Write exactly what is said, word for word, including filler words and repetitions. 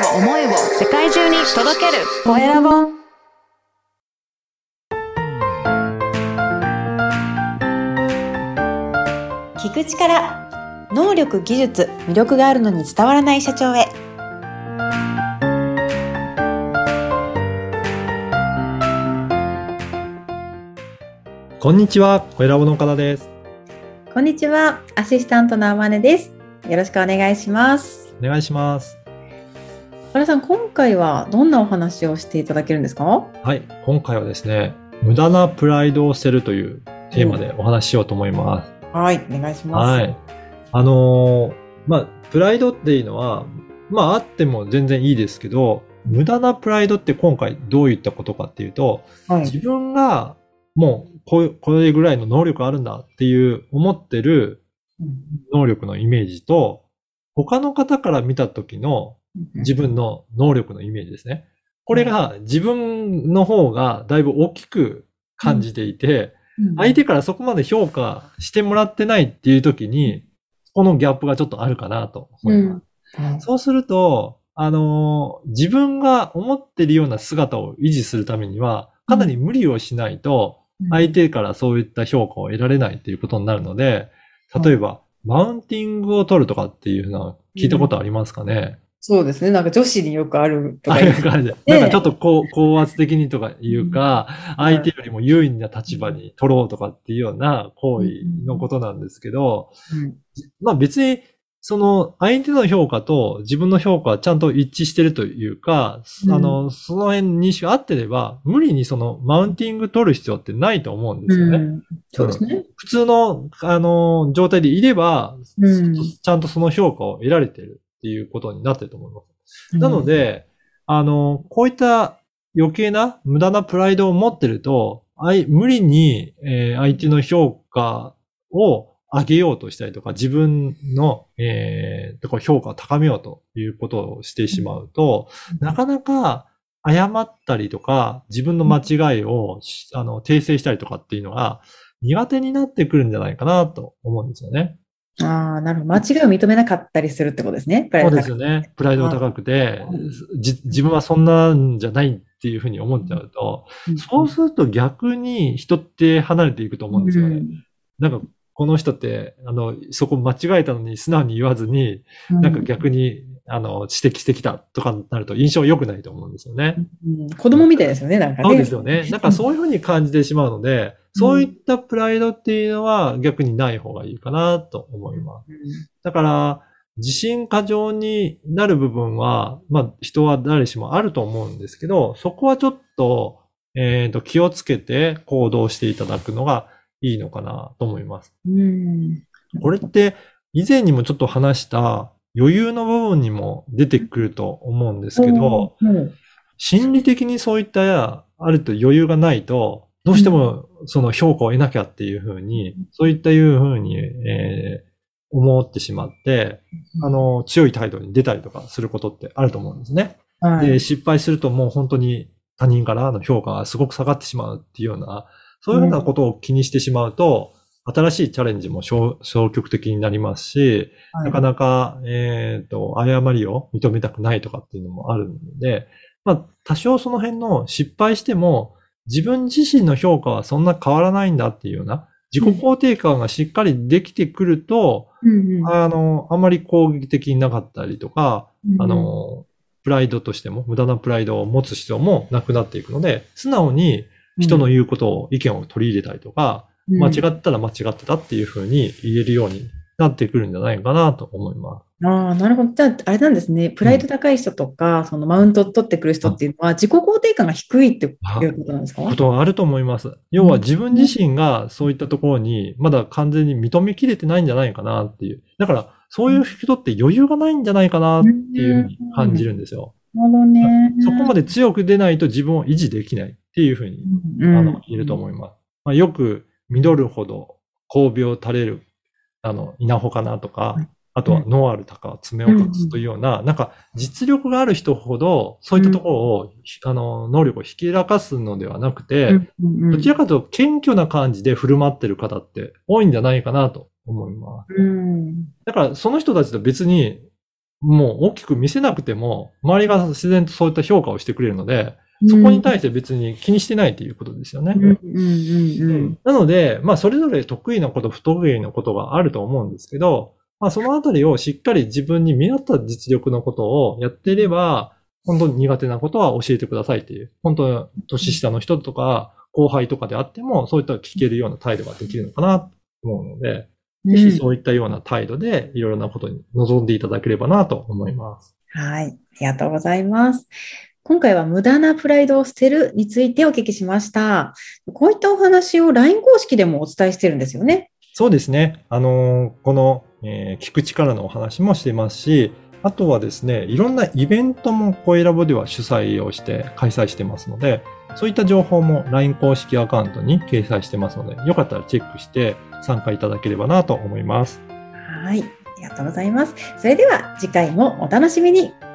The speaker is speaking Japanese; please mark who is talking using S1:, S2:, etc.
S1: を思いを世界中に届けるコエラボ。
S2: 聞く力、能力、技術、魅力があるのに伝わらない社長へ。
S3: こんにちは、コエラボの岡田です。
S2: こんにちは、アシスタントのあまねです。よろしくお願いします。
S3: お願いします。
S2: 岡田さん、今回はどんなお話をしていただけるんですか？
S3: はい、今回はですね、無駄なプライドを捨てるというテーマでお話ししようと思います。
S2: うん、はい、お願いします。
S3: はい。あのー、まあ、プライドっていうのは、まあ、あっても全然いいですけど、無駄なプライドって今回どういったことかっていうと、はい、自分がもうこうこれぐらいの能力あるんだっていう思ってる能力のイメージと、他の方から見た時の自分の能力のイメージですね。これが自分の方がだいぶ大きく感じていて、相手からそこまで評価してもらってないっていう時に、このギャップがちょっとあるかなと思います。うん、そうすると、あのー、自分が思ってるような姿を維持するためには、かなり無理をしないと、相手からそういった評価を得られないっていうことになるので、例えば、マウンティングを取るとかっていうのは聞いたことありますかね？うん、
S2: そうですね。なんか女子によくあるとか。
S3: ある感じで。なんかちょっとこう高圧的にとかいうか、うん、相手よりも優位な立場に取ろうとかっていうような行為のことなんですけど、うん、まあ別に、その相手の評価と自分の評価はちゃんと一致してるというか、うん、あの、その辺認識が合ってれば、無理にそのマウンティング取る必要ってないと思うんですよね。うん、
S2: そうですね。
S3: 普通の、あの、状態でいれば、うん、ちゃんとその評価を得られてるっていうことになってると思います。うん、なので、あの、こういった余計な無駄なプライドを持ってると、無理に、えー、相手の評価を上げようとしたりとか、自分の、えー、評価を高めようということをしてしまうと、うん、なかなか謝ったりとか、自分の間違いを、あの訂正したりとかっていうのが苦手になってくるんじゃないかなと思うんですよね。
S2: ああ、なるほど。間違いを認めなかったりするってことですね。
S3: プライド高くて。そうですよね。プライドが高くて、じ自分はそんなんじゃないっていうふうに思っちゃうと、うん、そうすると逆に人って離れていくと思うんですよね。うん、なんかこの人って、あの、そこ間違えたのに素直に言わずに、うん、なんか逆に、あの、指摘してきたとかになると印象良くないと思うんですよね。
S2: うん、子供みたいですよね、なんかね。
S3: そうですよね。なんかそういうふうに感じてしまうので、そういったプライドっていうのは逆にない方がいいかなと思います。うん、だから、自信過剰になる部分は、まあ人は誰しもあると思うんですけど、そこはちょっと、えっと、気をつけて行動していただくのがいいのかなと思います。うん、これって以前にもちょっと話した余裕の部分にも出てくると思うんですけど、うん、心理的にそういったあると余裕がないと、どうしてもその評価を得なきゃっていうふうに、そういったいうふうに、えー、思ってしまって、あの、強い態度に出たりとかすることってあると思うんですね。はい、で、失敗するともう本当に他人からの評価がすごく下がってしまうっていうような、そういうようなことを気にしてしまうと、うん、新しいチャレンジも消極的になりますし、はい、なかなか、えっと、誤りを認めたくないとかっていうのもあるので、まあ、多少その辺の失敗しても、自分自身の評価はそんな変わらないんだっていうような、自己肯定感がしっかりできてくると、うんうん、あの、あまり攻撃的になかったりとか、うん、あの、プライドとしても、無駄なプライドを持つ必要もなくなっていくので、素直に人の言うことを、意見を取り入れたりとか、うん、間違ったら間違ってたっていうふうに言えるようになってくるんじゃないかなと思います。
S2: ああ、なるほど。じゃあ、あれなんですね。プライド高い人とか、うん、そのマウントを取ってくる人っていうのは、自己肯定感が低いっていうことなんですか？
S3: ことはあると思います。要は自分自身がそういったところに、まだ完全に認めきれてないんじゃないかなっていう。だから、そういう人って余裕がないんじゃないかなっていうふうに感じるんですよ。
S2: なるほどね。
S3: そこまで強く出ないと自分を維持できないっていうふうに、うん、あの、言えると思います。まあ、よく、実るほど交尾を垂れる、あの、稲穂かなとか、あとは、ノアルタか爪を隠すというような、うん、なんか、実力がある人ほど、そういったところを、うん、あの、能力をひけらかすのではなくて、うんうん、どちらかというと謙虚な感じで振る舞ってる方って多いんじゃないかなと思います。うん、だから、その人たちと別に、 もう大きく見せなくても、周りが自然とそういった評価をしてくれるので、そこに対して別に気にしてないということですよね。
S2: うんうんうんうん、
S3: なので、まあそれぞれ得意なこと、不得意なことがあると思うんですけど、まあそのあたりをしっかり自分に見合った実力のことをやっていれば、本当に苦手なことは教えてくださいっていう、本当に年下の人とか後輩とかであっても、そういった聞けるような態度ができるのかなと思うので、ぜひそういったような態度でいろいろなことに臨んでいただければなと思います。
S2: はい。ありがとうございます。今回は無駄なプライドを捨てるについてお聞きしました。こういったお話を ライン 公式でもお伝えしてるんですよね。
S3: そうですね。あの、この、えー、聞く力のお話もしてますし、あとはですね、いろんなイベントも声ラボでは主催をして開催してますので、そういった情報も ライン 公式アカウントに掲載してますので、よかったらチェックして参加いただければなと思います。
S2: はい。ありがとうございます。それでは次回もお楽しみに。